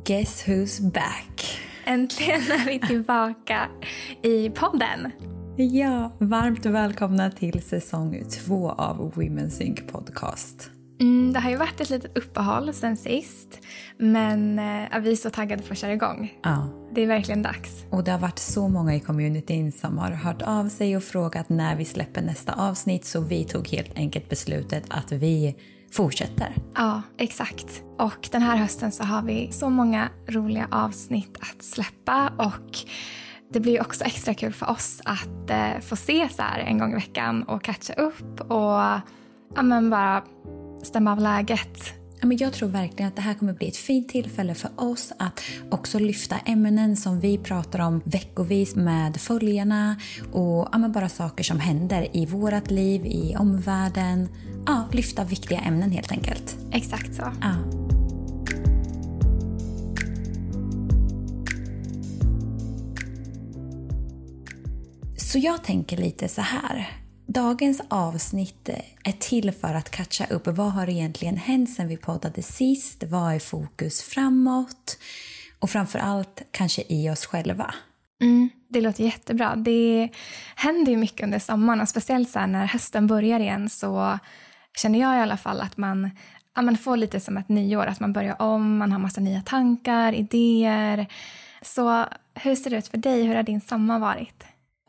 Guess who's back? Äntligen är vi tillbaka i podden. Ja, varmt välkomna till säsong 2 av Women Sync podcast. Det har ju varit ett litet uppehåll sen sist. Men vi är så taggade för att köra igång. Ja. Det är verkligen dags. Och det har varit så många i communityn som har hört av sig och frågat när vi släpper nästa avsnitt. Så vi tog helt enkelt beslutet att vi fortsätter. Ja, exakt. Och den här hösten så har vi så många roliga avsnitt att släppa. Och det blir också extra kul för oss att få ses här en gång i veckan och catcha upp. Och bara stämma av läget. Men jag tror verkligen att det här kommer bli ett fint tillfälle för oss att också lyfta ämnen som vi pratar om veckovis med följarna och bara saker som händer i vårat liv, i omvärlden. Ja, lyfta viktiga ämnen helt enkelt. Exakt så. Ja. Så jag tänker lite så här. Dagens avsnitt är till för att catcha upp. Vad har egentligen hänt sen vi poddade sist? Vad är fokus framåt? Och framförallt kanske i oss själva. Det låter jättebra. Det händer ju mycket under sommaren. Och speciellt så här när hösten börjar igen så känner jag i alla fall att man får lite som ett nyår. Att man börjar om, man har massa nya tankar, idéer. Så hur ser det ut för dig? Hur har din sommar varit?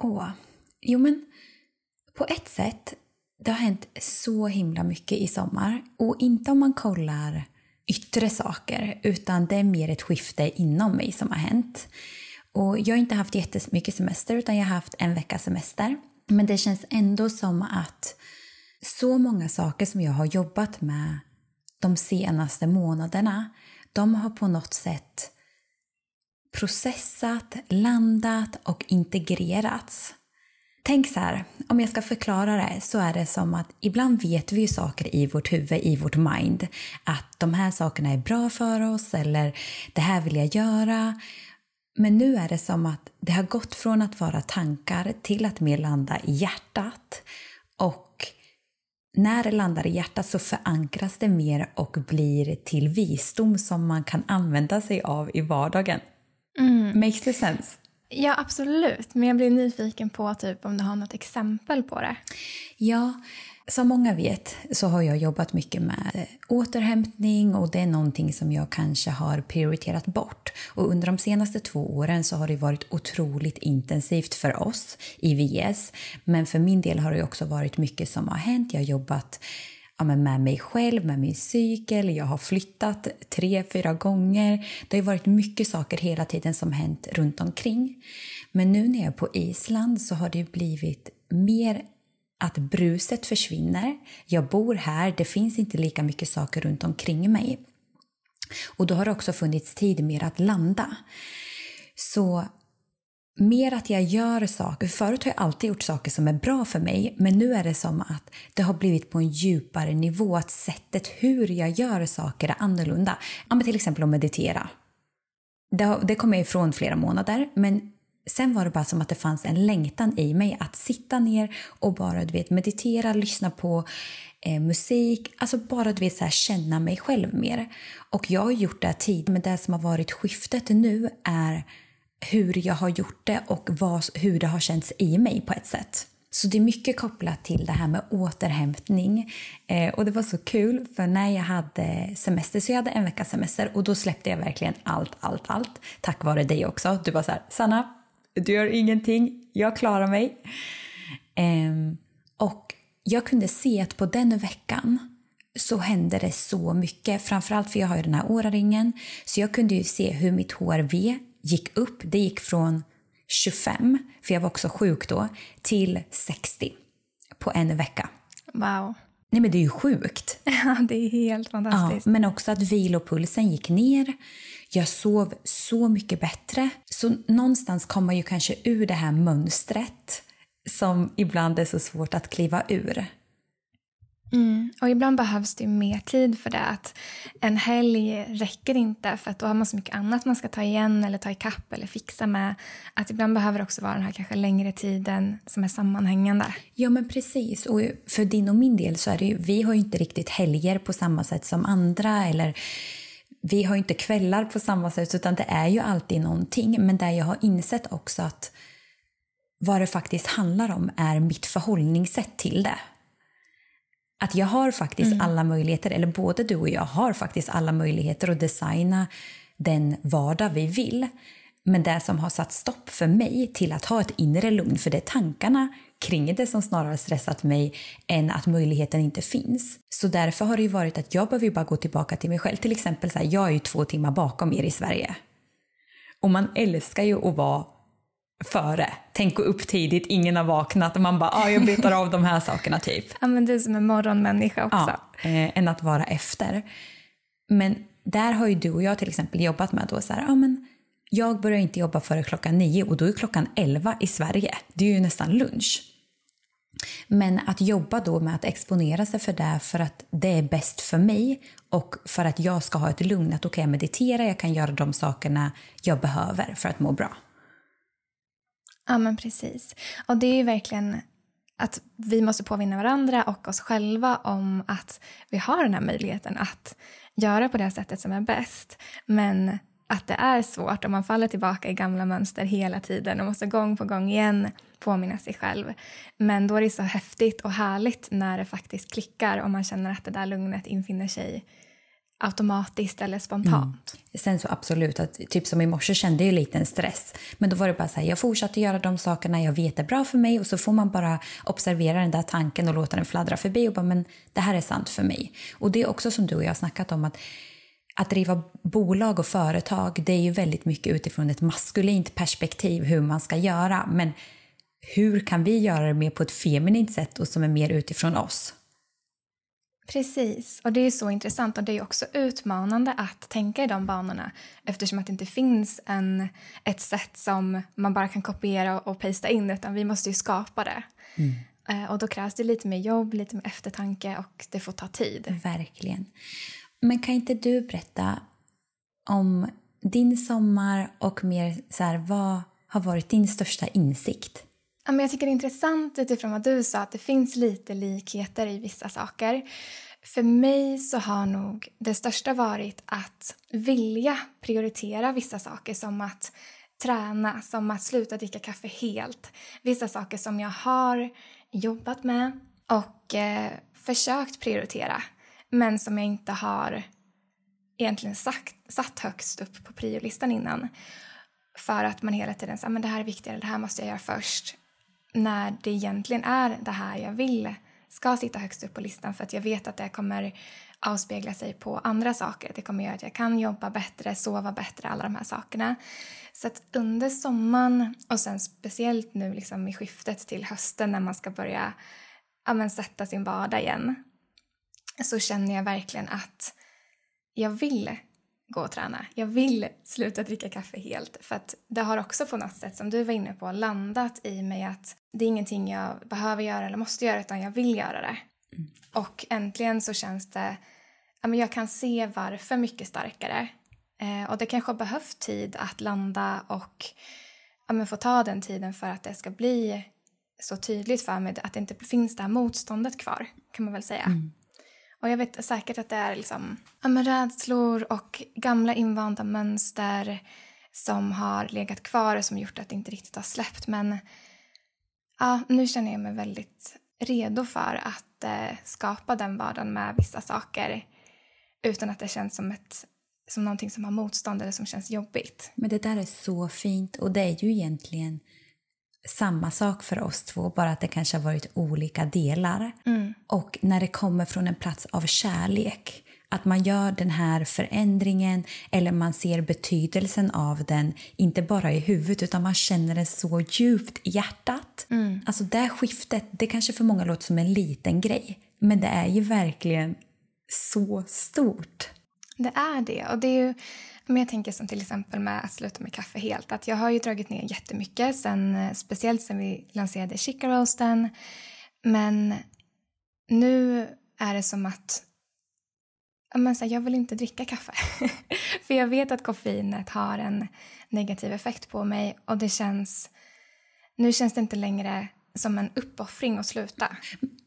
På ett sätt, det har hänt så himla mycket i sommar. Och inte om man kollar yttre saker, utan det är mer ett skifte inom mig som har hänt. Och jag har inte haft jättemycket semester, utan jag har haft en veckas semester. Men det känns ändå som att så många saker som jag har jobbat med de senaste månaderna, de har på något sätt processat, landat och integrerats. Tänk så här, om jag ska förklara det så är det som att ibland vet vi ju saker i vårt huvud, i vårt mind. Att de här sakerna är bra för oss eller det här vill jag göra. Men nu är det som att det har gått från att vara tankar till att mer landa i hjärtat. Och när det landar i hjärtat så förankras det mer och blir till visdom som man kan använda sig av i vardagen. Makes the sense? Ja, absolut. Men jag blir nyfiken på typ om du har något exempel på det. Ja, som många vet så har jag jobbat mycket med återhämtning och det är någonting som jag kanske har prioriterat bort. Och under de senaste 2 åren så har det varit otroligt intensivt för oss i VS. Men för min del har det också varit mycket som har hänt. Jag har jobbat med mig själv, med min cykel. Jag har flyttat 3-4 gånger. Det har varit mycket saker hela tiden som hänt runt omkring. Men nu när jag är på Island så har det blivit mer att bruset försvinner. Jag bor här, det finns inte lika mycket saker runt omkring mig. Och då har det också funnits tid mer att landa. Så mer att jag gör saker. Förut har jag alltid gjort saker som är bra för mig. Men nu är det som att det har blivit på en djupare nivå. Att sättet hur jag gör saker är annorlunda. Ja, men till exempel att meditera. Det kom jag ifrån flera månader. Men sen var det bara som att det fanns en längtan i mig. Att sitta ner och bara meditera. Lyssna på musik. Alltså bara så här, känna mig själv mer. Och jag har gjort det tid. Men det som har varit skiftet nu är hur jag har gjort det och hur det har känts i mig på ett sätt. Så det är mycket kopplat till det här med återhämtning. Och det var så kul för när jag hade semester, så jag hade en veckas semester och då släppte jag verkligen allt. Tack vare dig också. Du var så här, Sanna, du gör ingenting, jag klarar mig. Och jag kunde se att på den veckan så hände det så mycket. Framförallt för jag har ju den här åraringen. Så jag kunde ju se hur mitt HRV gick upp. Det gick från 25, för jag var också sjuk då, till 60 på en vecka. Wow. Nej, men det är ju sjukt. Ja, det är helt fantastiskt. Ja, men också att vilopulsen gick ner. Jag sov så mycket bättre. Så någonstans kommer man ju kanske ur det här mönstret som ibland är så svårt att kliva ur. Och ibland behövs det mer tid för det. Att en helg räcker inte för att då har man så mycket annat man ska ta igen eller ta ikapp eller fixa med. Att ibland behöver det också vara den här kanske längre tiden som är sammanhängande. Ja, men precis. Och för din och min del så är det ju, vi har ju inte riktigt helger på samma sätt som andra. Eller vi har ju inte kvällar på samma sätt, utan det är ju alltid någonting. Men där jag har insett också att vad det faktiskt handlar om är mitt förhållningssätt till det. Att jag har faktiskt alla möjligheter, eller både du och jag har faktiskt alla möjligheter att designa den vardag vi vill. Men det som har satt stopp för mig till att ha ett inre lugn, för det är tankarna kring det som snarare stressat mig än att möjligheten inte finns. Så därför har det ju varit att jag behöver bara gå tillbaka till mig själv. Till exempel så här, jag är ju 2 timmar bakom er i Sverige. Och man älskar ju att vara före. Tänk upp tidigt, ingen har vaknat och man bara, jag betar av de här sakerna typ. Ja, men du som en morgonmänniska också. Ja, än att vara efter. Men där har ju du och jag till exempel jobbat med då så här, men jag börjar inte jobba före 9 och då är 11 i Sverige. Det är ju nästan lunch. Men att jobba då med att exponera sig för det för att det är bäst för mig och för att jag ska ha ett lugn, att okej, meditera, jag kan göra de sakerna jag behöver för att må bra. Ja, men precis. Och det är ju verkligen att vi måste påminna varandra och oss själva om att vi har den här möjligheten att göra på det sättet som är bäst. Men att det är svårt om man faller tillbaka i gamla mönster hela tiden och måste gång på gång igen påminna sig själv. Men då är det så häftigt och härligt när det faktiskt klickar och man känner att det där lugnet infinner sig automatiskt eller spontant. Sen så absolut, att typ som i morse kände jag lite en stress. Men då var det bara så här, jag fortsatte göra de sakerna jag vet är bra för mig och så får man bara observera den där tanken och låta den fladdra förbi och bara, men det här är sant för mig. Och det är också som du och jag har snackat om att driva bolag och företag, det är ju väldigt mycket utifrån ett maskulint perspektiv hur man ska göra. Men hur kan vi göra det mer på ett feminint sätt och som är mer utifrån oss? Precis, och det är så intressant och det är också utmanande att tänka i de banorna eftersom att det inte finns ett sätt som man bara kan kopiera och pasta in, utan vi måste ju skapa det. Och då krävs det lite mer jobb, lite mer eftertanke och det får ta tid. Verkligen. Men kan inte du berätta om din sommar och mer så här, vad har varit din största insikt? Ja, men jag tycker det är intressant utifrån vad du sa att det finns lite likheter i vissa saker. För mig så har nog det största varit att vilja prioritera vissa saker som att träna, som att sluta dricka kaffe helt. Vissa saker som jag har jobbat med och försökt prioritera men som jag inte har egentligen satt högst upp på priolistan innan. För att man hela tiden säger, men det här är viktigare, det här måste jag göra först. När det egentligen är det här jag vill ska sitta högst upp på listan, för att jag vet att det kommer avspegla sig på andra saker. Det kommer göra att jag kan jobba bättre, sova bättre, alla de här sakerna. Så att under sommaren och sen speciellt nu liksom i skiftet till hösten när man ska börja sätta sin vardag igen, så känner jag verkligen att jag vill gå och träna. Jag vill sluta dricka kaffe helt. För att det har också på något sätt, som du var inne på, landat i mig att det är ingenting jag behöver göra eller måste göra, utan jag vill göra det. Och äntligen så känns det, jag kan se varför mycket starkare. Och det kanske har behövt tid att landa och få ta den tiden för att det ska bli så tydligt för mig att det inte finns det här motståndet kvar, kan man väl säga. Och jag vet säkert att det är liksom, rädslor och gamla invanda mönster som har legat kvar och som gjort att det inte riktigt har släppt. Men nu känner jag mig väldigt redo för att skapa den vardagen med vissa saker utan att det känns som någonting som har motstånd eller som känns jobbigt. Men det där är så fint, och det är ju egentligen samma sak för oss två, bara att det kanske har varit olika delar. Och när det kommer från en plats av kärlek, att man gör den här förändringen eller man ser betydelsen av den, inte bara i huvudet utan man känner det så djupt i hjärtat. Alltså det skiftet, det kanske för många låter som en liten grej, men det är ju verkligen så stort. Det är det, och det är ju, men jag tänker som till exempel med att sluta med kaffe helt, att jag har ju dragit ner jättemycket speciellt sen vi lanserade Chica Roasten, men nu är det som att jag vill inte dricka kaffe. För jag vet att koffeinet har en negativ effekt på mig och nu känns det inte längre som en uppoffring att sluta.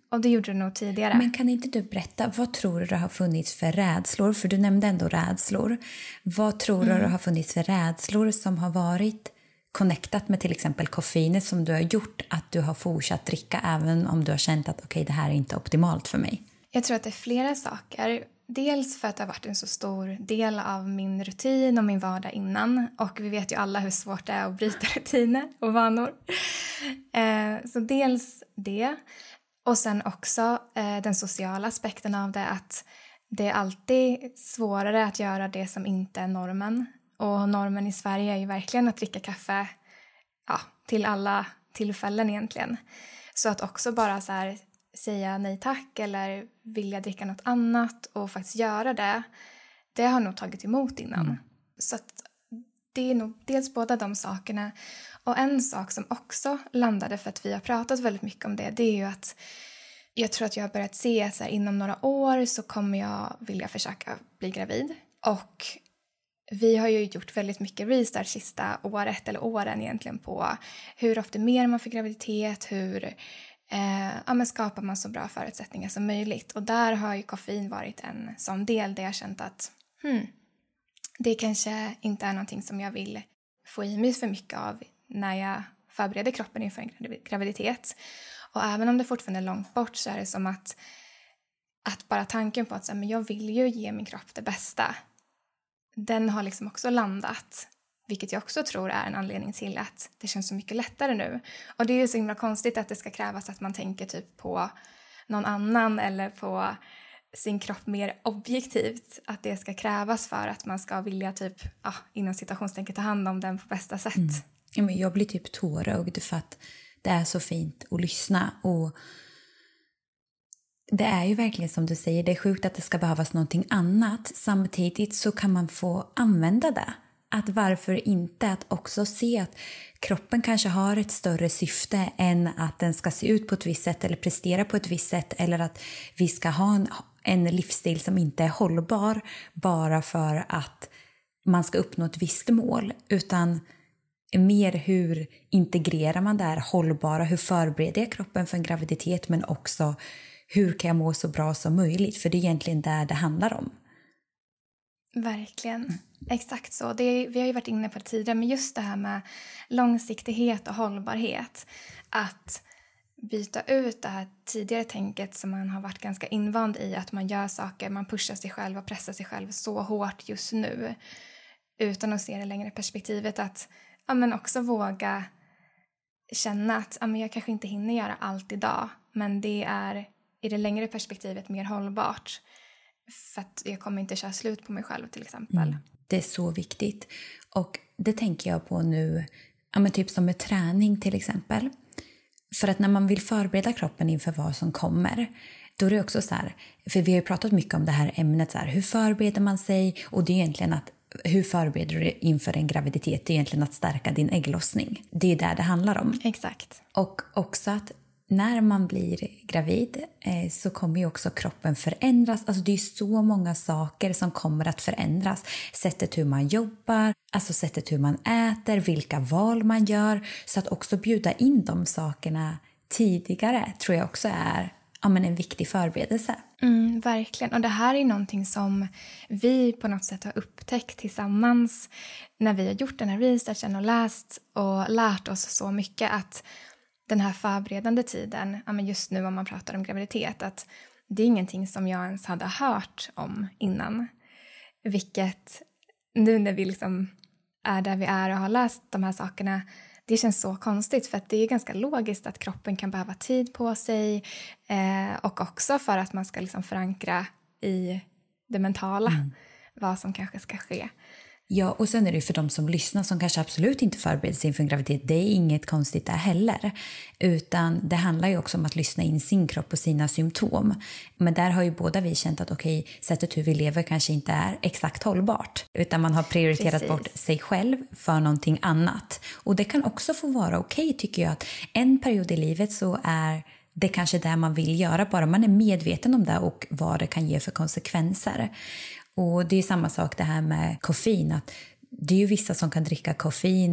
Och det gjorde du nog tidigare. Men kan inte du berätta, vad tror du det har funnits för rädslor? För du nämnde ändå rädslor. Vad tror du det har funnits för rädslor som har varit connectat med till exempel koffeinet som du har gjort att du har fortsatt dricka även om du har känt att okej, det här är inte optimalt för mig? Jag tror att det är flera saker. Dels för att det har varit en så stor del av min rutin och min vardag innan. Och vi vet ju alla hur svårt det är att bryta rutiner och vanor. Så dels det. Och sen också den sociala aspekten av det. Att det är alltid svårare att göra det som inte är normen. Och normen i Sverige är ju verkligen att dricka kaffe till alla tillfällen egentligen. Så att också bara så här säga nej tack eller vilja dricka något annat och faktiskt göra det, det har nog tagit emot innan. Så att det är nog dels båda de sakerna. Och en sak som också landade, för att vi har pratat väldigt mycket om det, det är ju att jag tror att jag har börjat se att så här, inom några år så kommer jag vilja försöka bli gravid. Och vi har ju gjort väldigt mycket research sista året eller åren egentligen på hur optimerar man för graviditet, hur men skapar man så bra förutsättningar som möjligt. Och där har ju koffein varit en sån del där jag känt att det kanske inte är någonting som jag vill få i mig för mycket av när jag förbereder kroppen inför en graviditet. Och även om det fortfarande är långt bort så är det som att bara tanken på att så här, men jag vill ju ge min kropp det bästa, den har liksom också landat. Vilket jag också tror är en anledning till att det känns så mycket lättare nu. Och det är ju så himla konstigt att det ska krävas att man tänker typ på någon annan eller på sin kropp mer objektivt. Att det ska krävas för att man ska vilja typ, inom situationstänket ta hand om den på bästa sätt. Ja, men jag blir typ tårögd för att det är så fint att lyssna. Och det är ju verkligen som du säger, det är sjukt att det ska behövas någonting annat. Samtidigt så kan man få använda det. Att varför inte att också se att kroppen kanske har ett större syfte än att den ska se ut på ett visst sätt eller prestera på ett visst sätt, eller att vi ska ha en livsstil som inte är hållbar bara för att man ska uppnå ett visst mål, utan mer hur integrerar man det här hållbara, hur förbereder jag kroppen för en graviditet, men också hur kan jag må så bra som möjligt, för det är egentligen där det handlar om. Verkligen. Exakt så. Vi har ju varit inne på det tidigare, men just det här med långsiktighet och hållbarhet. Att byta ut det här tidigare tänket som man har varit ganska invand i, att man gör saker, man pushar sig själv och pressar sig själv så hårt just nu. Utan att se det längre perspektivet, att men också våga känna att jag kanske inte hinner göra allt idag, men det är i det längre perspektivet mer hållbart. För att jag kommer inte köra slut på mig själv till exempel. Det är så viktigt. Och det tänker jag på nu, typ som med träning till exempel. För att när man vill förbereda kroppen inför vad som kommer, då är det också så här, för vi har ju pratat mycket om det här ämnet, så här, hur förbereder man sig? Och det är egentligen att, hur förbereder du dig inför en graviditet? Det är egentligen att stärka din ägglossning. Det är där det handlar om. Exakt. Och också att när man blir gravid så kommer ju också kroppen förändras. Alltså det är så många saker som kommer att förändras. Sättet hur man jobbar, alltså sättet hur man äter, vilka val man gör. Så att också bjuda in de sakerna tidigare tror jag också är en viktig förberedelse. Verkligen. Och det här är någonting som vi på något sätt har upptäckt tillsammans när vi har gjort den här researchen och läst och lärt oss så mycket, att den här förberedande tiden, just nu om man pratar om graviditet, att det är ingenting som jag ens hade hört om innan. Vilket nu när vi liksom är där vi är och har läst de här sakerna, det känns så konstigt, för att det är ganska logiskt att kroppen kan behöva tid på sig och också för att man ska liksom förankra i det mentala vad som kanske ska ske. Ja, och sen är det för de som lyssnar som kanske absolut inte förbereder sig inför en graviditet. Det är inget konstigt där heller. Utan det handlar ju också om att lyssna in sin kropp och sina symptom. Men där har ju båda vi känt att sättet hur vi lever kanske inte är exakt hållbart. Utan man har prioriterat bort sig själv för någonting annat. Och det kan också få vara okej, tycker jag, att en period i livet så är det kanske där man vill göra, bara man är medveten om det och vad det kan ge för konsekvenser. Och det är samma sak det här med koffein, att det är ju vissa som kan dricka koffein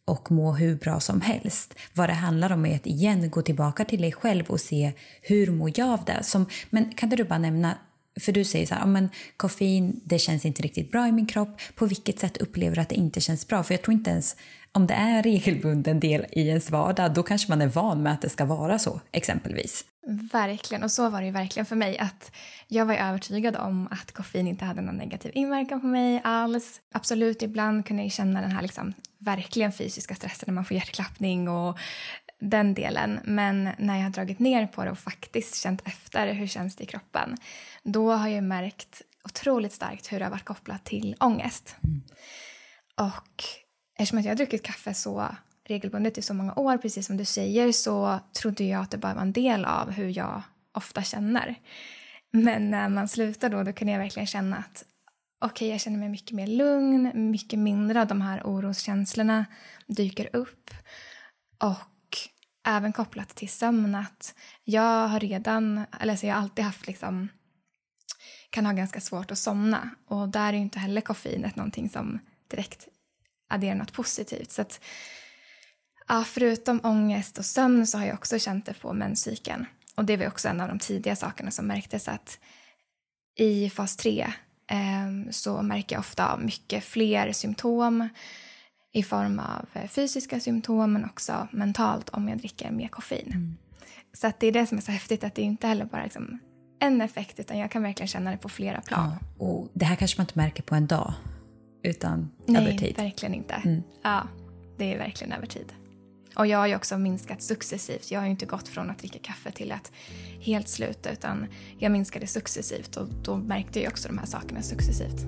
och må hur bra som helst. Vad det handlar om är att igen gå tillbaka till dig själv och se hur mår jag av det. Men kan du bara nämna, för du säger så här, men koffein, det känns inte riktigt bra i min kropp. På vilket sätt upplever du att det inte känns bra? För jag tror inte ens, om det är en regelbunden del i ens vardag, då kanske man är van med att det ska vara så, exempelvis. Verkligen, och så var det ju verkligen för mig, att jag var övertygad om att koffein inte hade någon negativ inverkan på mig alls. Absolut, ibland kunde jag känna den här liksom verkligen fysiska stressen när man får hjärtklappning och den delen. Men när jag har dragit ner på det och faktiskt känt efter hur känns det i kroppen, då har jag märkt otroligt starkt hur det har varit kopplat till ångest. Och eftersom jag har druckit kaffe så regelbundet i så många år, precis som du säger, så trodde jag att det bara var en del av hur jag ofta känner. Men när man slutar då kunde jag verkligen känna att okej, jag känner mig mycket mer lugn, mycket mindre av de här oroskänslorna dyker upp. Och även kopplat till sömn, att jag har alltid haft liksom, kan ha ganska svårt att somna. Och där är ju inte heller koffeinet någonting som direkt adderar något positivt. Så att ja, förutom ångest och sömn så har jag också känt det på menscykeln. Och det var också en av de tidiga sakerna som märktes, att i fas 3 så märker jag ofta mycket fler symptom i form av fysiska symptom, men också mentalt om jag dricker mer koffein. Så att det är det som är så häftigt, att det inte heller bara liksom en effekt, utan jag kan verkligen känna det på flera plan. Ja, och det här kanske man inte märker på en dag, utan över tid. Nej, verkligen inte. Ja, det är verkligen över tid. Och jag har ju också minskat successivt. Jag har ju inte gått från att dricka kaffe till att helt sluta, utan jag minskade successivt, och då märkte jag också de här sakerna successivt.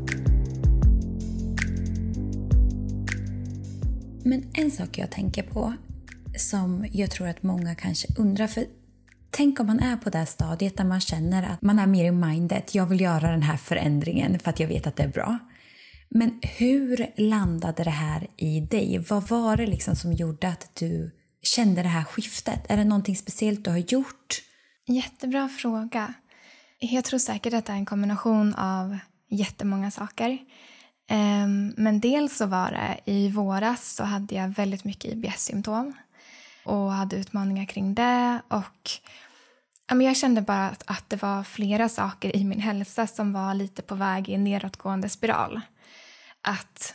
Men en sak jag tänker på som jag tror att många kanske undrar, för tänk om man är på det här stadiet där man känner att man är mer i mindet, jag vill göra den här förändringen för att jag vet att det är bra. Men hur landade det här i dig? Vad var det liksom som gjorde att du kände det här skiftet? Är det någonting speciellt du har gjort? Jättebra fråga. Jag tror säkert att det är en kombination av jättemånga saker. Men dels så var det i våras så hade jag väldigt mycket IBS-symptom och hade utmaningar kring det. Och jag kände bara att det var flera saker i min hälsa som var lite på väg i en nedåtgående spiral. Att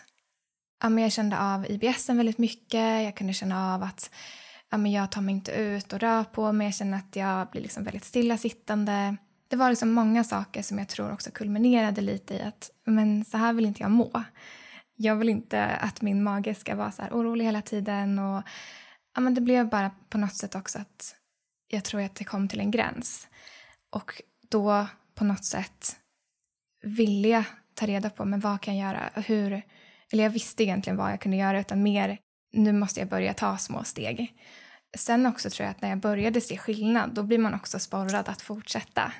jag kände av IBSen väldigt mycket. Jag kunde känna av att jag tar mig inte ut och rör på mig. Jag känner att jag blir liksom väldigt stillasittande. Det var liksom många saker som jag tror också kulminerade lite i att men så här vill inte jag må. Jag vill inte att min mage ska vara så här orolig hela tiden. Och det blev bara på något sätt också att jag tror att det kom till en gräns. Och då på något sätt ville jag ta reda på, men vad kan jag göra? Eller jag visste egentligen vad jag kunde göra, utan mer, nu måste jag börja ta små steg. Sen också tror jag att när jag började se skillnad, då blir man också sporrad att fortsätta.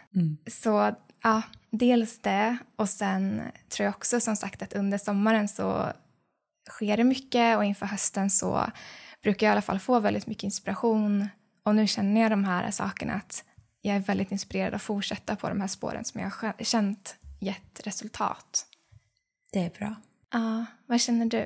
Så ja, dels det, och sen tror jag också som sagt att under sommaren så sker det mycket, och inför hösten så brukar jag i alla fall få väldigt mycket inspiration. Och nu känner jag de här sakerna, att jag är väldigt inspirerad att fortsätta på de här spåren som jag har känt gett resultat. Det är bra. Ja, vad känner du?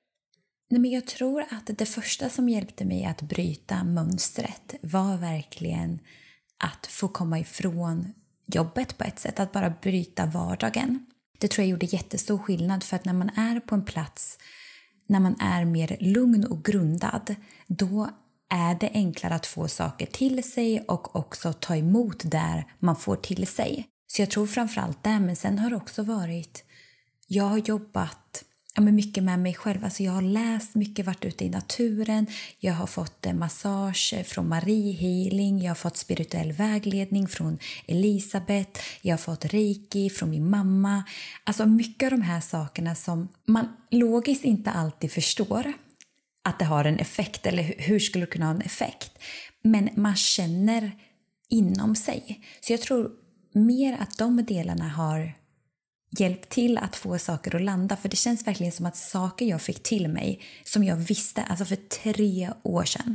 Nej, men jag tror att det första som hjälpte mig att bryta mönstret var verkligen att få komma ifrån jobbet på ett sätt. Att bara bryta vardagen. Det tror jag gjorde jättestor skillnad, för att när man är på en plats, när man är mer lugn och grundad, då är det enklare att få saker till sig och också ta emot där man får till sig. Så jag tror framförallt det, men sen har det också varit, jag har jobbat mycket med mig själv. Alltså jag har läst mycket, varit ute i naturen. Jag har fått massage från Marie Healing. Jag har fått spirituell vägledning från Elisabeth. Jag har fått reiki från min mamma. Alltså mycket av de här sakerna som man logiskt inte alltid förstår att det har en effekt, eller hur skulle det kunna ha en effekt. Men man känner inom sig. Så jag tror mer att de delarna har hjälpt till att få saker att landa. För det känns verkligen som att saker jag fick till mig, som jag visste alltså för 3 år sedan,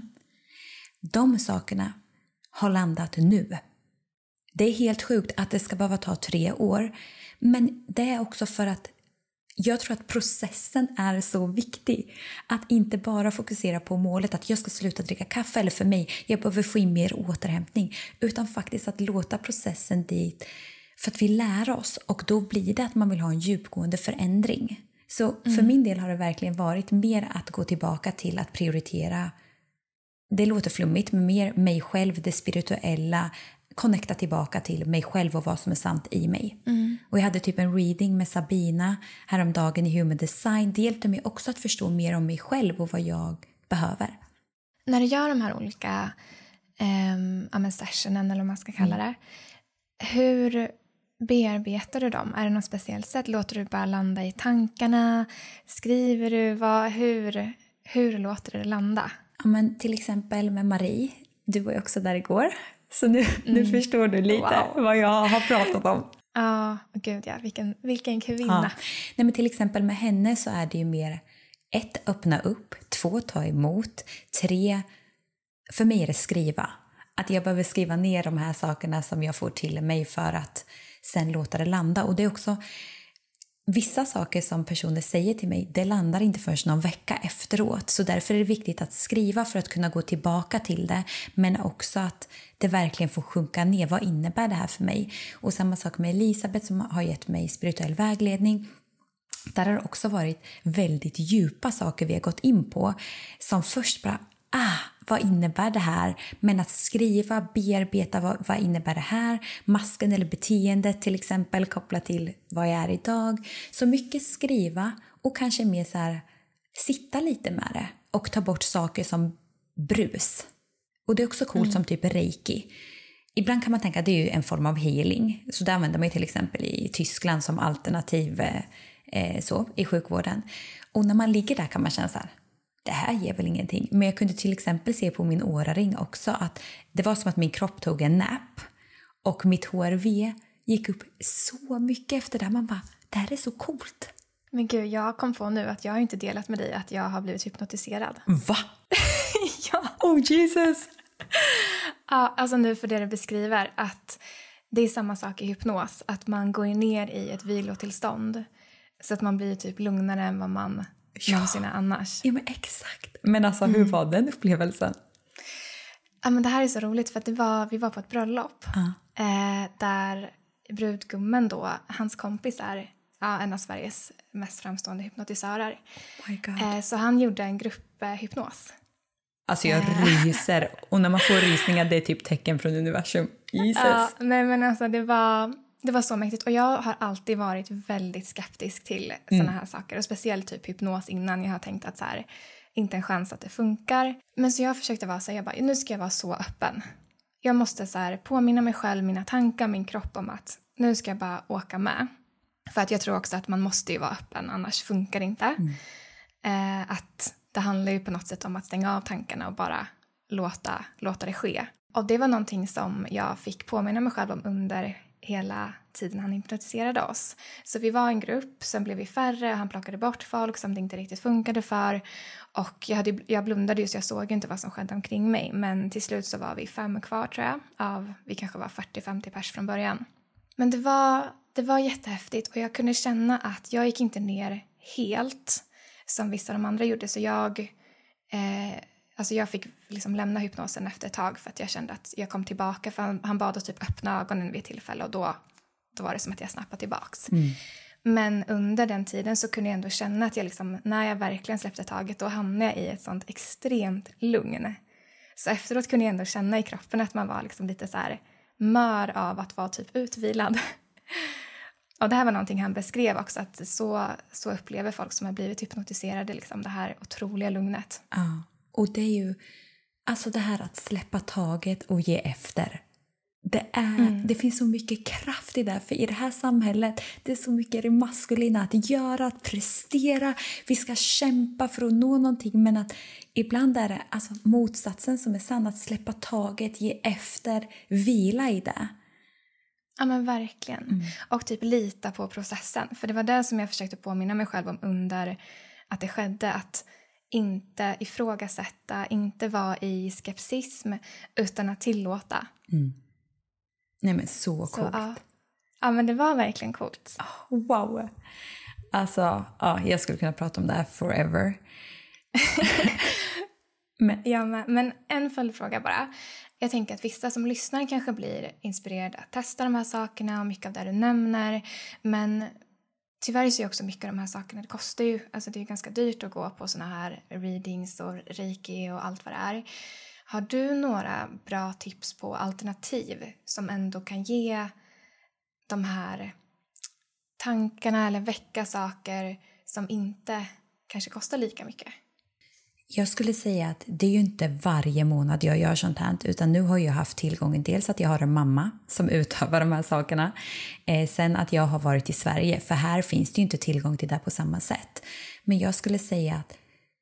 de sakerna har landat nu. Det är helt sjukt att det ska behöva ta 3 år. Men det är också för att jag tror att processen är så viktig. Att inte bara fokusera på målet att jag ska sluta dricka kaffe eller för mig, jag behöver få in mer återhämtning. Utan faktiskt att låta processen dit för att vi lär oss. Och då blir det att man vill ha en djupgående förändring. Så för min del har det verkligen varit mer att gå tillbaka till att prioritera. Det låter flummigt, men mer mig själv, det spirituella. Connecta tillbaka till mig själv och vad som är sant i mig. Och jag hade typ en reading med Sabina häromdagen i Human Design. Det hjälpte mig också att förstå mer om mig själv och vad jag behöver. När du gör de här olika sessionen eller vad man ska kalla det. Hur bearbetar du dem? Är det något speciellt sätt? Låter du bara landa i tankarna? Skriver du? Hur låter det landa? Ja, men till exempel med Marie. Du var ju också där igår. Så nu förstår du lite vad jag har pratat om. Ja, gud ja. Vilken kvinna. Ja. Nej, men till exempel med henne så är det ju mer 1, öppna upp. 2, ta emot. 3, för mig är det skriva. Att jag behöver skriva ner de här sakerna som jag får till mig för att sen låta det landa. Och det är också vissa saker som personer säger till mig, det landar inte förrän någon vecka efteråt. Så därför är det viktigt att skriva för att kunna gå tillbaka till det. Men också att det verkligen får sjunka ner. Vad innebär det här för mig? Och samma sak med Elisabeth som har gett mig spirituell vägledning. Där har det också varit väldigt djupa saker vi har gått in på. Som först bara, vad innebär det här? Men att skriva, bearbeta, vad innebär det här? Masken eller beteendet till exempel kopplat till vad jag är idag. Så mycket skriva och kanske mer så här sitta lite med det. Och ta bort saker som brus. Och det är också coolt som typ reiki. Ibland kan man tänka att det är ju en form av healing. Så det använder man till exempel i Tyskland som alternativ i sjukvården. Och när man ligger där kan man känna så här, det här ger väl ingenting. Men jag kunde till exempel se på min åraring också att det var som att min kropp tog en nap. Och mitt HRV gick upp så mycket efter det. Man bara, det här är så coolt. Men gud, jag kom på nu att jag har inte delat med dig att jag har blivit hypnotiserad. Va? Ja. Oh Jesus! Ja, alltså nu för det du beskriver att det är samma sak i hypnos. Att man går ner i ett vilotillstånd. Så att man blir typ lugnare än vad man någonsin är annars. Ja, men exakt. Men alltså, hur var den upplevelsen? Ja, men det här är så roligt för att vi var på ett bröllop. Där brudgummen då, hans kompis är en av Sveriges mest framstående hypnotisörer. Oh my God. Så han gjorde en grupphypnos. Alltså jag ryser. Och när man får rysningar, det är typ tecken från universum. Jesus. Ja, men alltså det var så mäktigt. Och jag har alltid varit väldigt skeptisk till såna här saker. Och speciellt typ hypnos innan. Jag har tänkt att så här, inte en chans att det funkar. Men så jag försökte vara så här, jag bara, nu ska jag vara så öppen. Jag måste så här, påminna mig själv, mina tankar, min kropp om att nu ska jag bara åka med. För att jag tror också att man måste ju vara öppen, annars funkar det inte. Att det handlar ju på något sätt om att stänga av tankarna och bara låta det ske. Och det var någonting som jag fick påminna mig själv om under hela tiden han hypnotiserade oss. Så vi var en grupp, sen blev vi färre, han plockade bort folk som det inte riktigt funkade för. Och jag blundade ju så jag såg inte vad som skedde omkring mig. Men till slut så var vi 5 kvar tror jag. Vi kanske var 40-50 pers från början. Men det var jättehäftigt och jag kunde känna att jag gick inte ner helt som vissa av de andra gjorde. Så jag fick liksom lämna hypnosen efter ett tag för att jag kände att jag kom tillbaka. För han bad att typ öppna ögonen vid ett tillfälle och då var det som att jag snappade tillbaks. Men under den tiden så kunde jag ändå känna att jag liksom, när jag verkligen släppte taget då hamnade jag i ett sånt extremt lugn. Så efteråt kunde jag ändå känna i kroppen att man var liksom lite så här mör av att vara typ utvilad. Och det här var någonting han beskrev också, att så upplever folk som har blivit hypnotiserade liksom det här otroliga lugnet. Ja, och det är ju alltså det här att släppa taget och ge efter. Det finns så mycket kraft i det, för i det här samhället det är så mycket det maskulina att göra, att prestera. Vi ska kämpa för att nå någonting, men att ibland är det alltså motsatsen som är sann, att släppa taget, ge efter, vila i det. Ja men verkligen. Och typ lita på processen. För det var det som jag försökte påminna mig själv om under att det skedde. Att inte ifrågasätta, inte vara i skepsism utan att tillåta. Nej men så coolt. Ja men det var verkligen coolt. Wow. Alltså, ja, jag skulle kunna prata om det här forever. Men en följdfråga bara. Jag tänker att vissa som lyssnar kanske blir inspirerade att testa de här sakerna och mycket av det du nämner. Men tyvärr så är också mycket av de här sakerna, det kostar ju, alltså det är ganska dyrt att gå på såna här readings och reiki och allt vad det är. Har du några bra tips på alternativ som ändå kan ge de här tankarna eller väcka saker som inte kanske kostar lika mycket? Jag skulle säga att det är ju inte varje månad jag gör sånt här, utan nu har jag haft tillgången, dels att jag har en mamma som utövar de här sakerna, sen att jag har varit i Sverige, för här finns det ju inte tillgång till det på samma sätt. Men jag skulle säga att,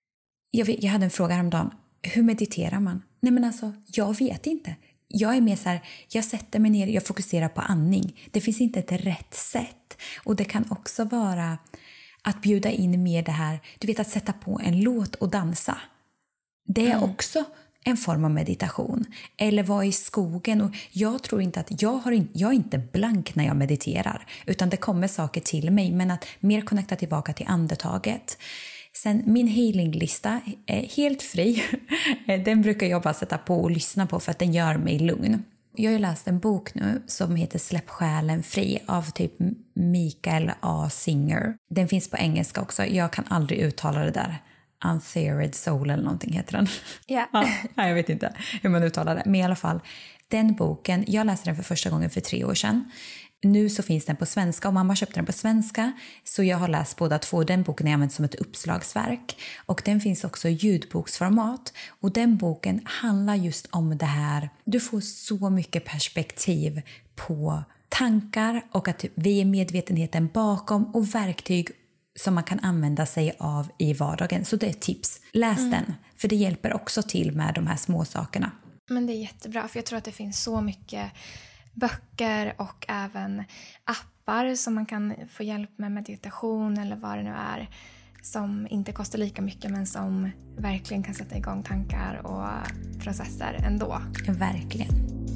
jag hade en fråga häromdagen, hur mediterar man? Nej men alltså, jag vet inte. Jag är mer så här, jag sätter mig ner, jag fokuserar på andning. Det finns inte ett rätt sätt. Och det kan också vara att bjuda in mer det här, du vet, att sätta på en låt och dansa. Det är också en form av meditation. Eller vara i skogen. Och jag tror inte att jag är inte blank när jag mediterar. Utan det kommer saker till mig. Men att mer connecta tillbaka till andetaget. Sen min healinglista är helt fri. Den brukar jag bara sätta på och lyssna på för att den gör mig lugn. Jag har läst en bok nu som heter Släpp själen fri av typ Michael A. Singer. Den finns på engelska också. Jag kan aldrig uttala det där. Untheored Soul eller någonting heter den. Yeah. Ja, jag vet inte hur man uttalar det. Men i alla fall, den boken, jag läste den för första gången för 3 år sedan. Nu så finns den på svenska och mamma köpte den på svenska. Så jag har läst båda två. Den boken är använd som ett uppslagsverk. Och den finns också i ljudboksformat. Och den boken handlar just om det här. Du får så mycket perspektiv på tankar och att vi är medvetenheten bakom och verktyg som man kan använda sig av i vardagen. Så det är ett tips. Läs den, för det hjälper också till med de här små sakerna. Men det är jättebra, för jag tror att det finns så mycket böcker och även appar som man kan få hjälp med meditation eller vad det nu är, som inte kostar lika mycket men som verkligen kan sätta igång tankar och processer ändå. Verkligen.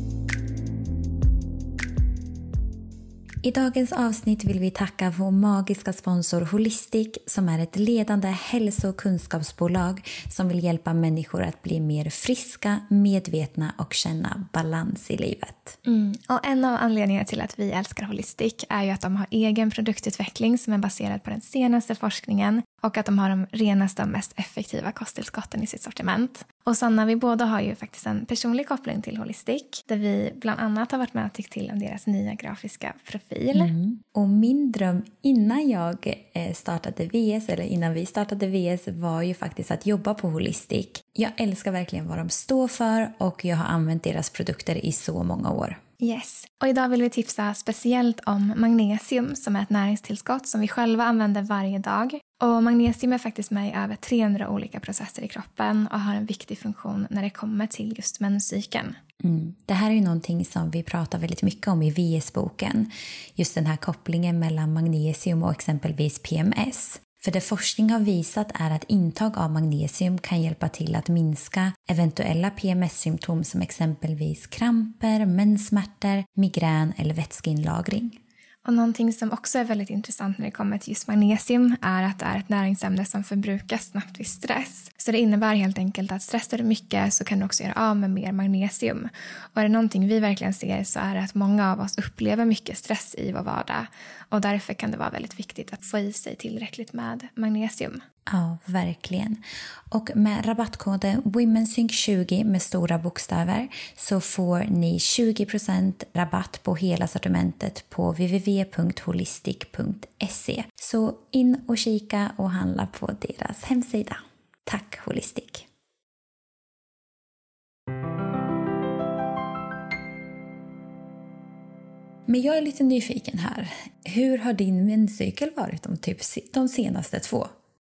I dagens avsnitt vill vi tacka vår magiska sponsor Holistic som är ett ledande hälso- och kunskapsbolag som vill hjälpa människor att bli mer friska, medvetna och känna balans i livet. Och en av anledningarna till att vi älskar Holistic är ju att de har egen produktutveckling som är baserad på den senaste forskningen och att de har de renaste och mest effektiva kosttillskotten i sitt sortiment. Och Sanna, vi båda har ju faktiskt en personlig koppling till Holistic där vi bland annat har varit med och tyckt till om deras nya grafiska profil. Och min dröm innan jag startade VS, eller innan vi startade VS, var ju faktiskt att jobba på Holistic. Jag älskar verkligen vad de står för och jag har använt deras produkter i så många år. Yes. Och idag vill vi tipsa speciellt om magnesium som är ett näringstillskott som vi själva använder varje dag. Och magnesium är faktiskt med i över 300 olika processer i kroppen och har en viktig funktion när det kommer till just menscykeln. Det här är ju någonting som vi pratar väldigt mycket om i VS-boken. Just den här kopplingen mellan magnesium och exempelvis PMS. För det forskning har visat är att intag av magnesium kan hjälpa till att minska eventuella PMS-symptom som exempelvis kramper, menssmärtor, migrän eller vätskeinlagring. Och någonting som också är väldigt intressant när det kommer till just magnesium är att det är ett näringsämne som förbrukas snabbt vid stress. Så det innebär helt enkelt att stressar du mycket så kan du också göra av med mer magnesium. Och är det någonting vi verkligen ser så är det att många av oss upplever mycket stress i vår vardag. Och därför kan det vara väldigt viktigt att få i sig tillräckligt med magnesium. Ja, verkligen. Och med rabattkoden WomenSync20 med stora bokstäver så får ni 20% rabatt på hela sortimentet på www.holistic.se. Så in och kika och handla på deras hemsida. Tack Holistic! Men jag är lite nyfiken här. Hur har din menscykel varit om typ de senaste 2?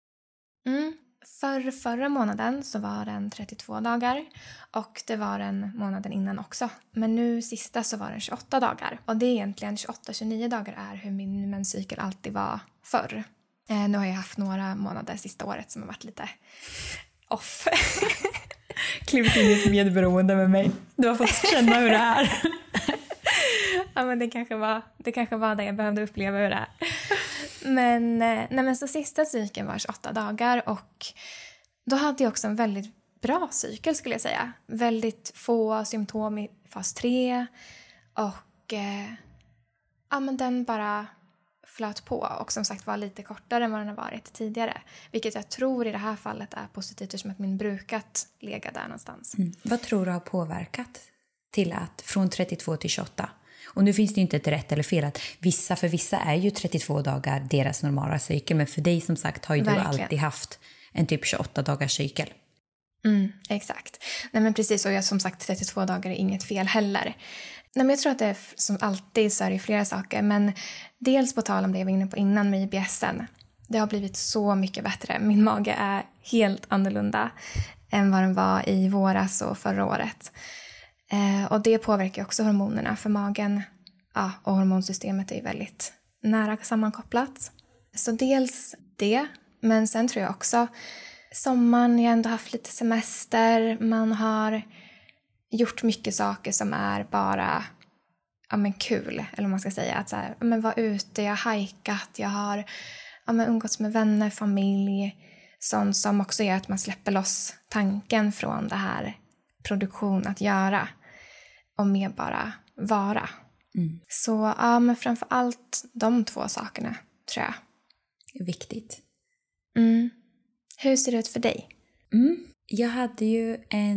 Förra månaden så var den 32 dagar och det var den månaden innan också. Men nu sista så var den 28 dagar. Och det är egentligen 28-29 dagar är hur min menscykel alltid var förr. Nu har jag haft några månader sista året som har varit lite off. Klivit in i ett medberoende med mig. Du har fått känna hur det är. Ja, men det kanske var det jag behövde uppleva hur det är. Men så sista cykeln var 28 dagar och då hade jag också en väldigt bra cykel skulle jag säga. Väldigt få symptom i fas 3 och men den bara flöt på och som sagt var lite kortare än vad den har varit tidigare. Vilket jag tror i det här fallet är positivt eftersom att min brukat lägga där någonstans. Vad tror du har påverkat till att från 32 till 28? Och nu finns det ju inte ett rätt eller fel att för vissa är ju 32 dagar deras normala cykel. Men för dig som sagt har ju du alltid haft en typ 28 dagars cykel. Exakt. Nej men precis, och jag som sagt 32 dagar är inget fel heller. Nej men jag tror att det är som alltid så är det flera saker. Men dels på tal om det jag var inne på innan med IBSen. Det har blivit så mycket bättre. Min mage är helt annorlunda än vad den var i våras och förra året. Och det påverkar också hormonerna för magen. Ja, och hormonsystemet är väldigt nära sammankopplat. Så dels det, men sen tror jag också sommaren, jag har ändå haft lite semester. Man har gjort mycket saker som är bara kul, eller vad man ska säga. Att så här, vara ute, jag har hajkat, jag har umgåtts med vänner, familj. Sånt som också gör att man släpper loss tanken från det här produktion att göra. Och mer bara vara. Så men framför allt de 2 sakerna tror jag. Det är viktigt. Hur ser det ut för dig? Jag hade ju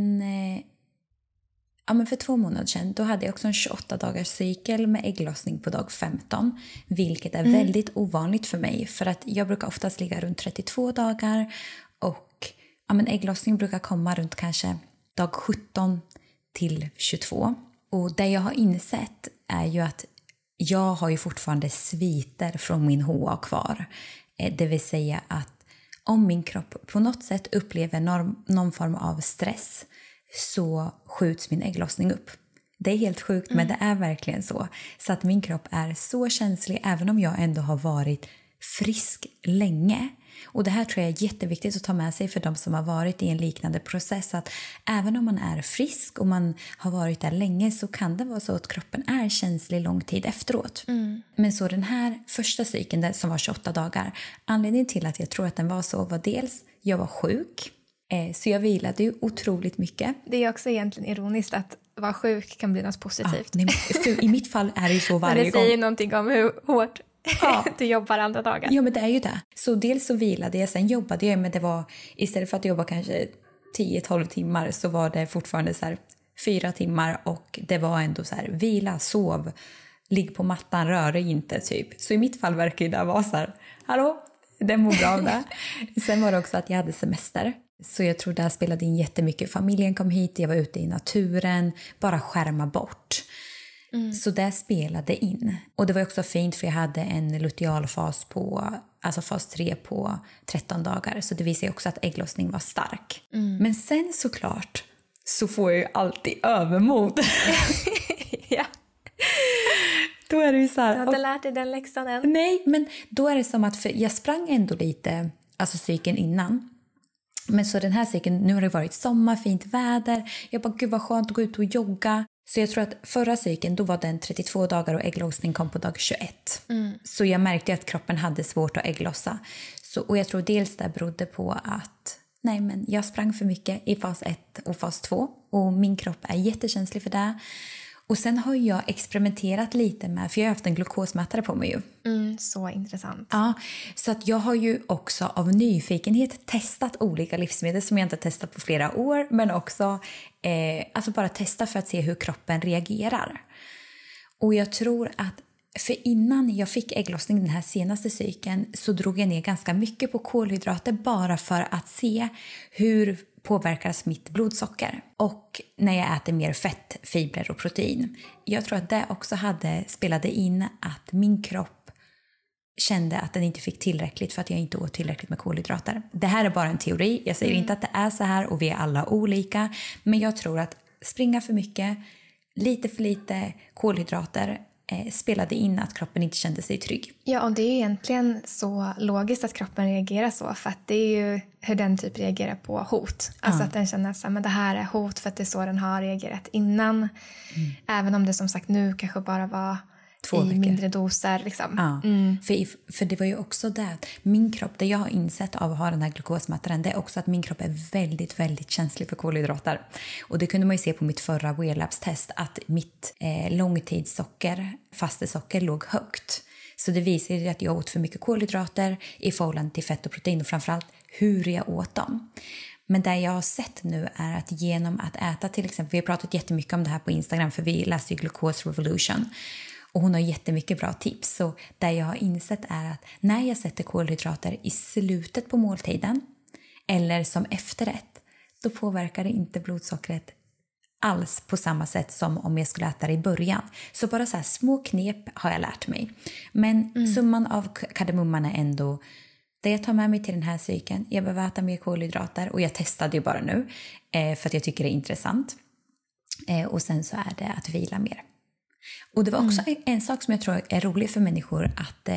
för 2 månader sedan då hade jag också en 28 dagars cykel med ägglossning på dag 15. Vilket är väldigt ovanligt för mig. För att jag brukar oftast ligga runt 32 dagar. Och ägglossning brukar komma runt kanske dag 17 till 22. Och det jag har insett är ju att jag har ju fortfarande sviter från min HA kvar. Det vill säga att om min kropp på något sätt upplever någon form av stress så skjuts min ägglossning upp. Det är helt sjukt men det är verkligen så. Så att min kropp är så känslig även om jag ändå har varit frisk länge. Och det här tror jag är jätteviktigt att ta med sig för de som har varit i en liknande process. Att även om man är frisk och man har varit där länge så kan det vara så att kroppen är känslig lång tid efteråt. Men så den här första cykeln som var 28 dagar. Anledningen till att jag tror att den var så var dels jag var sjuk. Så jag vilade ju otroligt mycket. Det är också egentligen ironiskt att vara sjuk kan bli något positivt. För i mitt fall är det ju så varje gång. Men det säger någonting om hur hårt du jobbar andra dagar. Ja men det är ju det. Så dels så vilade jag, sen jobbade jag men det var istället för att jobba kanske 10-12 timmar så var det fortfarande så här 4 timmar och det var ändå så här vila, sov, ligg på mattan, rör dig inte typ. Så i mitt fall verkar det vara så här, hallå, det mår bra av det. Sen var det också att jag hade semester. Så jag tror det här spelade in jättemycket. Familjen kom hit, jag var ute i naturen, bara skärma bort. Så det spelade in. Och det var också fint för jag hade en lutealfas alltså fas 3 på 13 dagar. Så det visade också att ägglossning var stark. Men sen såklart så får jag ju alltid övermod. Ja. Då är det ju så här. Du har inte lärt dig den läxan än. Nej, men då är det som att jag sprang ändå lite, alltså cykeln innan. Men så den här cykeln, nu har det varit sommar, fint väder. Jag bara, gud vad skönt att gå ut och jogga. Så jag tror att förra cykeln, då var den 32 dagar och ägglossning kom på dag 21. Så jag märkte att kroppen hade svårt att ägglossa. Och jag tror dels det berodde på att jag sprang för mycket i fas 1 och fas 2. Och min kropp är jättekänslig för det. Och sen har jag experimenterat lite med, för jag har haft en glukosmätare på mig ju. Så intressant. Ja, så att jag har ju också av nyfikenhet testat olika livsmedel som jag inte testat på flera år. Men också alltså bara testa för att se hur kroppen reagerar. Och jag tror att, för innan jag fick ägglossning den här senaste cykeln så drog jag ner ganska mycket på kolhydrater bara för att se hur påverkas mitt blodsocker och när jag äter mer fett, fibrer och protein. Jag tror att det också spelade in att min kropp kände att den inte fick tillräckligt för att jag inte åt tillräckligt med kolhydrater. Det här är bara en teori. Jag säger inte att det är så här och vi är alla olika. Men jag tror att springa för mycket, lite för lite kolhydrater spelade in att kroppen inte kände sig trygg. Ja, och det är egentligen så logiskt att kroppen reagerar så. För att det är ju hur den typ reagerar på hot. Alltså att den känner att det här är hot för att det är så den har reagerat innan. Även om det som sagt nu kanske bara var 2 veckor. mindre doser. Liksom. Ja, för det var ju också det. Min kropp, det jag har insett av att ha den här glukosmätaren, det är också att min kropp är väldigt, väldigt känslig för kolhydrater. Och det kunde man ju se på mitt förra Wearlabs-test att mitt långtidssocker, fastesocker, låg högt. Så det visar ju att jag åt för mycket kolhydrater i förhållande till fett och protein och framförallt hur jag åt dem. Men det jag har sett nu är att genom att äta till exempel, vi har pratat jättemycket om det här på Instagram för vi läste ju Glucose Revolution och hon har jättemycket bra tips. Så det jag har insett är att när jag sätter kolhydrater i slutet på måltiden eller som efterrätt, då påverkar det inte blodsockret alls på samma sätt som om jag skulle äta det i början. Så bara så här små knep har jag lärt mig. Men summan av kardemumman är ändå det jag tar med mig till den här cykeln. Jag behöver äta mer kolhydrater och jag testade ju bara nu för att jag tycker det är intressant. Och sen så är det att vila mer. Och det var också en sak som jag tror är rolig för människor att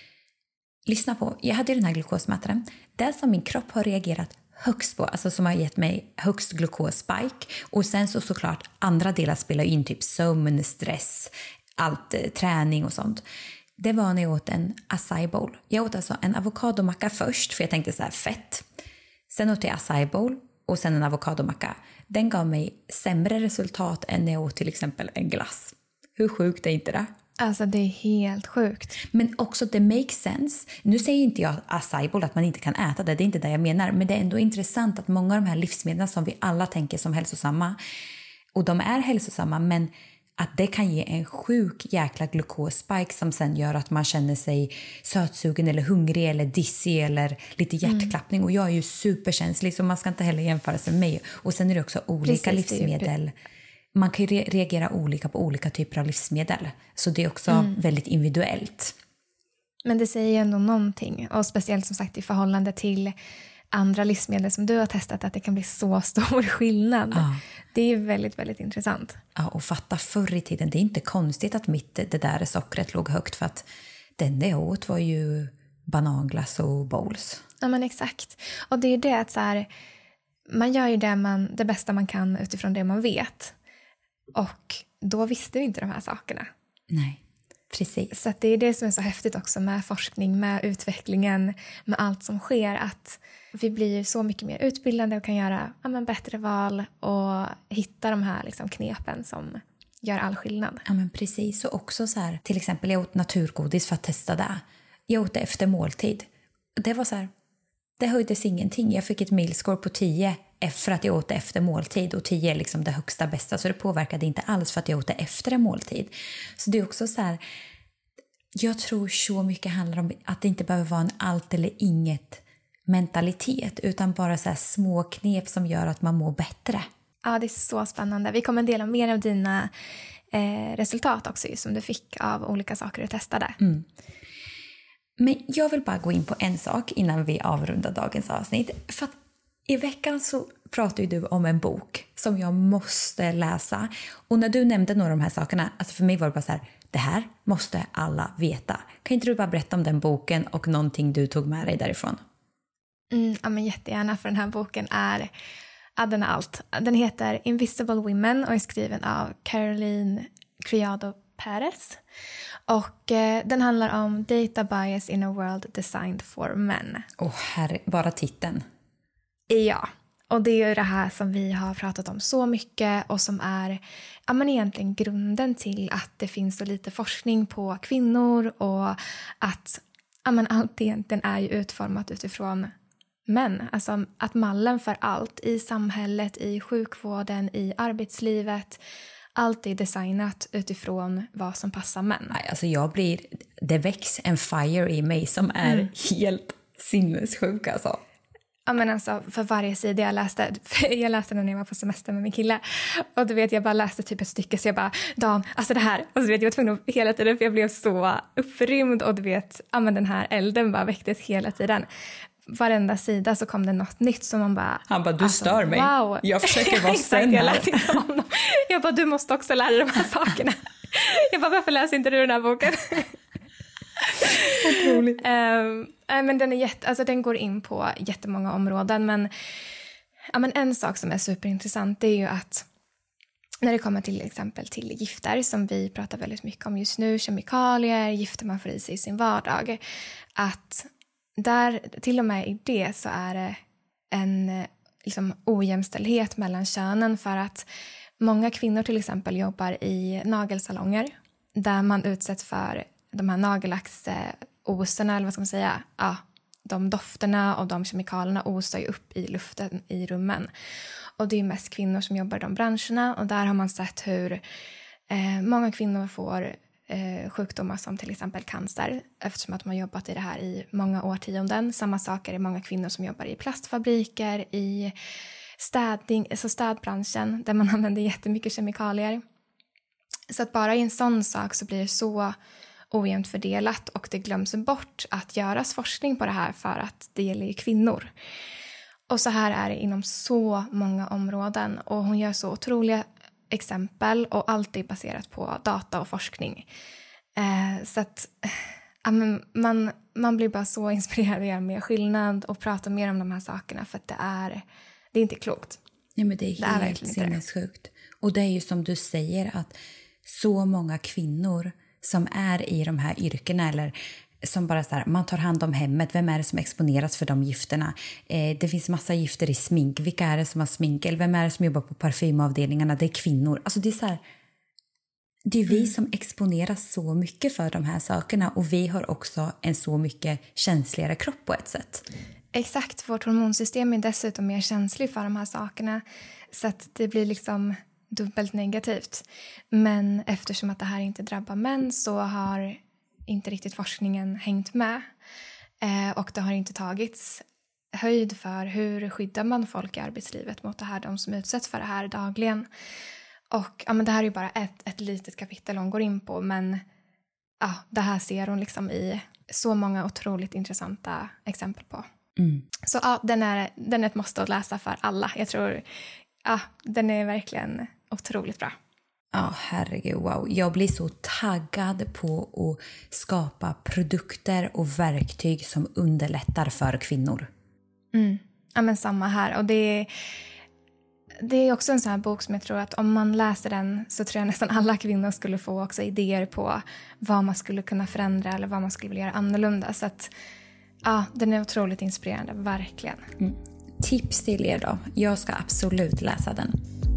lyssna på. Jag hade ju den här glukosmätaren. Det som min kropp har reagerat högst på, alltså som har gett mig högst glukosspike. Och sen så såklart andra delar spelar in, typ sömn, stress, allt, träning och sånt. Det var när jag åt en acai bowl. Jag åt alltså en avokadomacka först för jag tänkte så här fett. Sen åt jag acai bowl och sen en avokadomacka. Den gav mig sämre resultat än när jag åt till exempel en glass. Hur sjukt är inte det? Alltså det är helt sjukt. Men också det makes sense. Nu säger inte jag acai bowl att man inte kan äta det. Det är inte det jag menar. Men det är ändå intressant att många av de här livsmedlen som vi alla tänker som hälsosamma. Och de är hälsosamma men att det kan ge en sjuk jäkla glukosspike som sen gör att man känner sig sötsugen eller hungrig eller dizzy eller lite hjärtklappning. Och jag är ju superkänslig så man ska inte heller jämföra sig med mig. Och sen är det också olika livsmedel. Man kan ju reagera olika på olika typer av livsmedel. Så det är också väldigt individuellt. Men det säger ju ändå någonting. Och speciellt som sagt i förhållande till andra livsmedel som du har testat att det kan bli så stor skillnad. Det är väldigt, väldigt intressant. Ja, och fatta förr i tiden. Det är inte konstigt att det där sockret låg högt för att den jag åt var ju bananglass och bowls. Ja men exakt. Och det är det att så här, man gör ju det bästa man kan utifrån det man vet. Och då visste vi inte de här sakerna. Nej, precis. Så att det är det som är så häftigt också med forskning, med utvecklingen, med allt som sker. Att vi blir så mycket mer utbildade och kan göra bättre val och hitta de här liksom, knepen som gör all skillnad. Ja men precis. Och också så här, till exempel jag åt naturgodis för att testa det. Jag åt det efter måltid. Det var så här, det höjdes ingenting. Jag fick ett mealscore på 10 för att jag åt det efter måltid. Och 10 är liksom det högsta bästa. Så det påverkade inte alls för att jag åt det efter en måltid. Så det är också så här, jag tror så mycket handlar om att det inte behöver vara en allt eller inget mentalitet. Utan bara så här små knep som gör att man mår bättre. Ja, det är så spännande. Vi kommer dela mer av dina resultat också som du fick av olika saker du testade. Men jag vill bara gå in på en sak innan vi avrundar dagens avsnitt. För att i veckan så pratade du om en bok som jag måste läsa. Och när du nämnde några av de här sakerna, alltså för mig var det bara så här, det här måste alla veta. Kan inte du bara berätta om den boken och någonting du tog med dig därifrån? Ja, men jättegärna, för den här boken är den är allt. Den heter Invisible Women och är skriven av Caroline Criado Perez. Och den handlar om data bias in a world designed for men. Bara titeln. Ja, och det är ju det här som vi har pratat om så mycket och som är egentligen grunden till att det finns så lite forskning på kvinnor och att allt egentligen är ju utformat utifrån män. Alltså att mallen för allt i samhället, i sjukvården, i arbetslivet, allt är designat utifrån vad som passar män. Nej, alltså det väcks en fire i mig som är helt sinnessjuk alltså. Ja, men alltså för varje sida jag läste den när jag var på semester med min kille, och du vet jag bara läste typ ett stycke så jag bara, Dan, alltså det här, och så vet jag var tvungen att hela tiden för jag blev så upprymd och du vet, den här elden bara väcktes hela tiden. Varenda sida så kom det något nytt som man bara... Han bara, du stör mig. Wow. Jag försöker vara sen här. Jag bara, du måste också lära dig de här sakerna. Jag bara, varför läser inte du den här boken? Otroligt. Men den är den går in på jättemånga områden. Men en sak som är superintressant är ju att när det kommer till exempel till gifter som vi pratar väldigt mycket om just nu, kemikalier, gifter man får i sig i sin vardag, att där till och med i det så är det en liksom ojämställdhet mellan könen, för att många kvinnor till exempel jobbar i nagelsalonger där man utsätts för de här nagellacksoserna, eller vad ska man säga, ja, de dofterna och de kemikalierna osar ju upp i luften i rummen. Och det är mest kvinnor som jobbar i de branscherna, och där har man sett hur många kvinnor får sjukdomar som till exempel cancer, eftersom att de har jobbat i det här i många årtionden. Samma sak är det många kvinnor som jobbar i plastfabriker, i städbranschen där man använder jättemycket kemikalier. Så att bara i en sån sak så blir det så ojämnt fördelat, och det glöms bort att göras forskning på det här för att det gäller ju kvinnor. Och så här är det inom så många områden, och hon gör så otroliga exempel, och allt är baserat på data och forskning. Så att man blir bara så inspirerad att göra mer skillnad och prata mer om de här sakerna, för att det är inte klokt. Nej, men det är helt sinnessjukt. Och det är ju som du säger, att så många kvinnor som är i de här yrkena, eller som bara så här, man tar hand om hemmet, vem är det som exponeras för de gifterna? Det finns massa gifter i smink, vilka är det som har smink? Eller vem är det som jobbar på parfymavdelningarna? Det är kvinnor. Alltså det är så här, det är vi som exponeras så mycket för de här sakerna, och vi har också en så mycket känsligare kropp på ett sätt. Exakt, vårt hormonsystem är dessutom mer känslig för de här sakerna, så att det blir liksom dubbelt negativt. Men eftersom att det här inte drabbar män så har inte riktigt forskningen hängt med, och det har inte tagits höjd för hur skyddar man folk i arbetslivet mot det här, de som utsätts för det här dagligen. Och ja, men det här är ju bara ett litet kapitel hon går in på, men ja, det här ser hon liksom i så många otroligt intressanta exempel på. Så ja, den är ett måste att läsa för alla. Jag tror den är verkligen otroligt bra. Ja, herregud, wow. Jag blir så taggad på att skapa produkter och verktyg som underlättar för kvinnor. Ja, men samma här. Och det är också en sån här bok som jag tror att om man läser den så tror jag nästan alla kvinnor skulle få också idéer på vad man skulle kunna förändra eller vad man skulle vilja göra annorlunda. Så att ja, den är otroligt inspirerande, verkligen. Tips till er då. Jag ska absolut läsa den.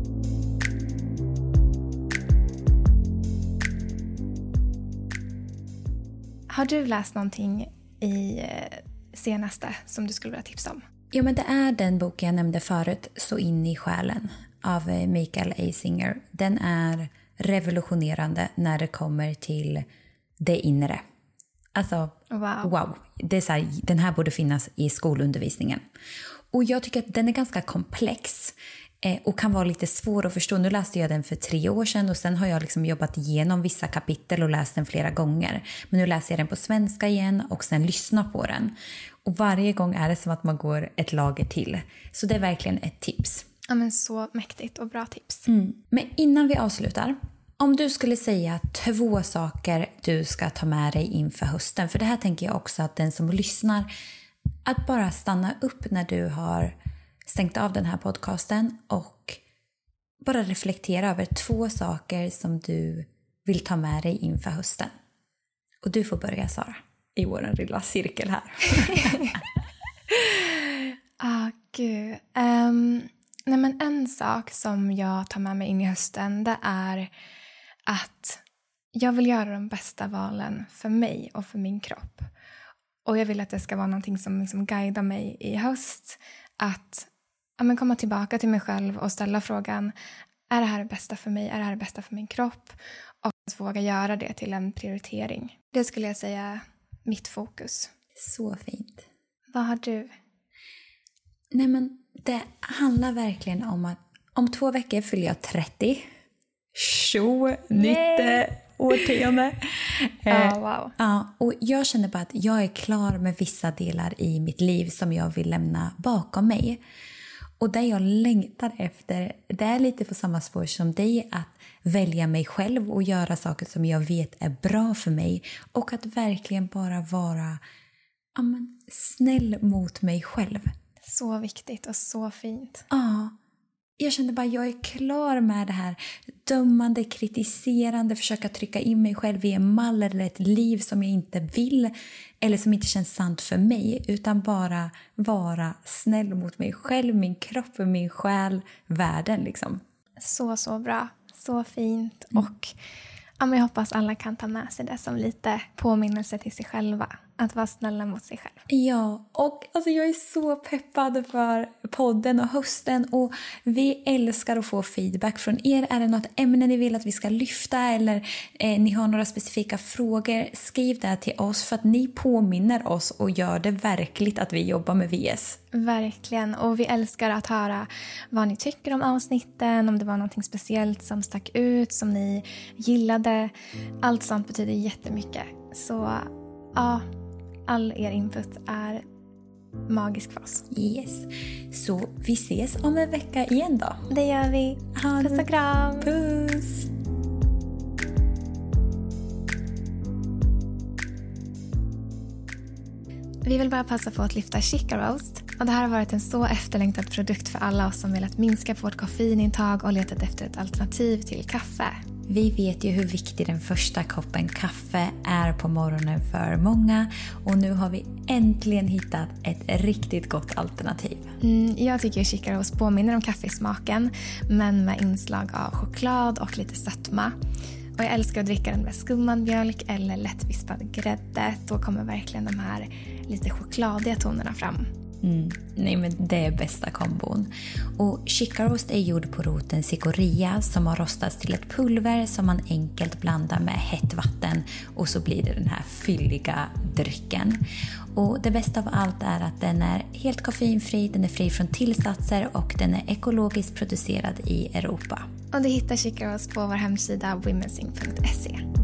Har du läst någonting i senaste som du skulle vilja tipsa om? Ja, men det är den boken jag nämnde förut, Så in i själen, av Michael Eisinger. Den är revolutionerande när det kommer till det inre. Alltså, wow. Det är så här, den här borde finnas i skolundervisningen. Och jag tycker att den är ganska komplex och kan vara lite svår att förstå. Nu läste jag den för 3 år sedan, och sen har jag liksom jobbat igenom vissa kapitel och läst den flera gånger. Men nu läser jag den på svenska igen och sen lyssnar på den. Och varje gång är det som att man går ett lager till. Så det är verkligen ett tips. Ja, men så mäktigt och bra tips. Men innan vi avslutar, om du skulle säga 2 saker du ska ta med dig inför hösten. För det här tänker jag också att den som lyssnar, att bara stanna upp när du har stängt av den här podcasten och bara reflektera över 2 saker som du vill ta med dig inför hösten. Och du får börja, Sara, i vår lilla cirkel här. Gud. Nej, men en sak som jag tar med mig in i hösten, det är att jag vill göra de bästa valen för mig och för min kropp. Och jag vill att det ska vara någonting som liksom guidar mig i höst. Att komma tillbaka till mig själv och ställa frågan, är det här det bästa för mig? Är det här det bästa för min kropp? Och att våga göra det till en prioritering. Det skulle jag säga mitt fokus. Så fint. Vad har du? Nej, men det handlar verkligen om att om 2 veckor fyller jag 30. Nytt årtionde. Wow. Ja, och jag känner bara att jag är klar med vissa delar i mitt liv som jag vill lämna bakom mig. Och det jag längtar efter, det är lite på samma spår som dig, att välja mig själv och göra saker som jag vet är bra för mig. Och att verkligen bara vara snäll mot mig själv. Så viktigt och så fint. Ja. jag kände bara jag är klar med det här dömande, kritiserande, försöka trycka in mig själv i en mall eller ett liv som jag inte vill eller som inte känns sant för mig, utan bara vara snäll mot mig själv, min kropp, min själ, världen liksom. Så bra, så fint. Och jag hoppas alla kan ta med sig det som lite påminnelse till sig själva. Att vara snälla mot sig själv. Ja, och alltså jag är så peppad för podden och hösten. Och vi älskar att få feedback från er. Är det något ämne ni vill att vi ska lyfta eller ni har några specifika frågor, skriv det till oss för att ni påminner oss och gör det verkligt att vi jobbar med VS. Verkligen, och vi älskar att höra vad ni tycker om avsnitten, om det var något speciellt som stack ut, som ni gillade. Allt sånt betyder jättemycket. Så ja, all er input är magisk för oss. Yes. Så vi ses om en vecka igen då. Det gör vi. Puss och kram. Puss. Vi vill bara passa på att lyfta Chica Roast. Och det här har varit en så efterlängtad produkt för alla oss som velat minska på vårt koffeinintag och letat efter ett alternativ till kaffe. Vi vet ju hur viktig den första koppen kaffe är på morgonen för många. Och nu har vi äntligen hittat ett riktigt gott alternativ. Jag tycker Chica Roast påminner om kaffesmaken, men med inslag av choklad och lite sötma. Och jag älskar att dricka den med skummad mjölk eller lättvispad grädde. Då kommer verkligen de här lite chokladiga tonerna fram. Nej, men det är bästa kombon. Och Chica Roast är gjord på roten cicoria som har rostats till ett pulver som man enkelt blandar med hett vatten och så blir det den här fylliga drycken. Och det bästa av allt är att den är helt koffeinfri, den är fri från tillsatser och den är ekologiskt producerad i Europa. Och du hittar Chica Roast på vår hemsida womensing.se.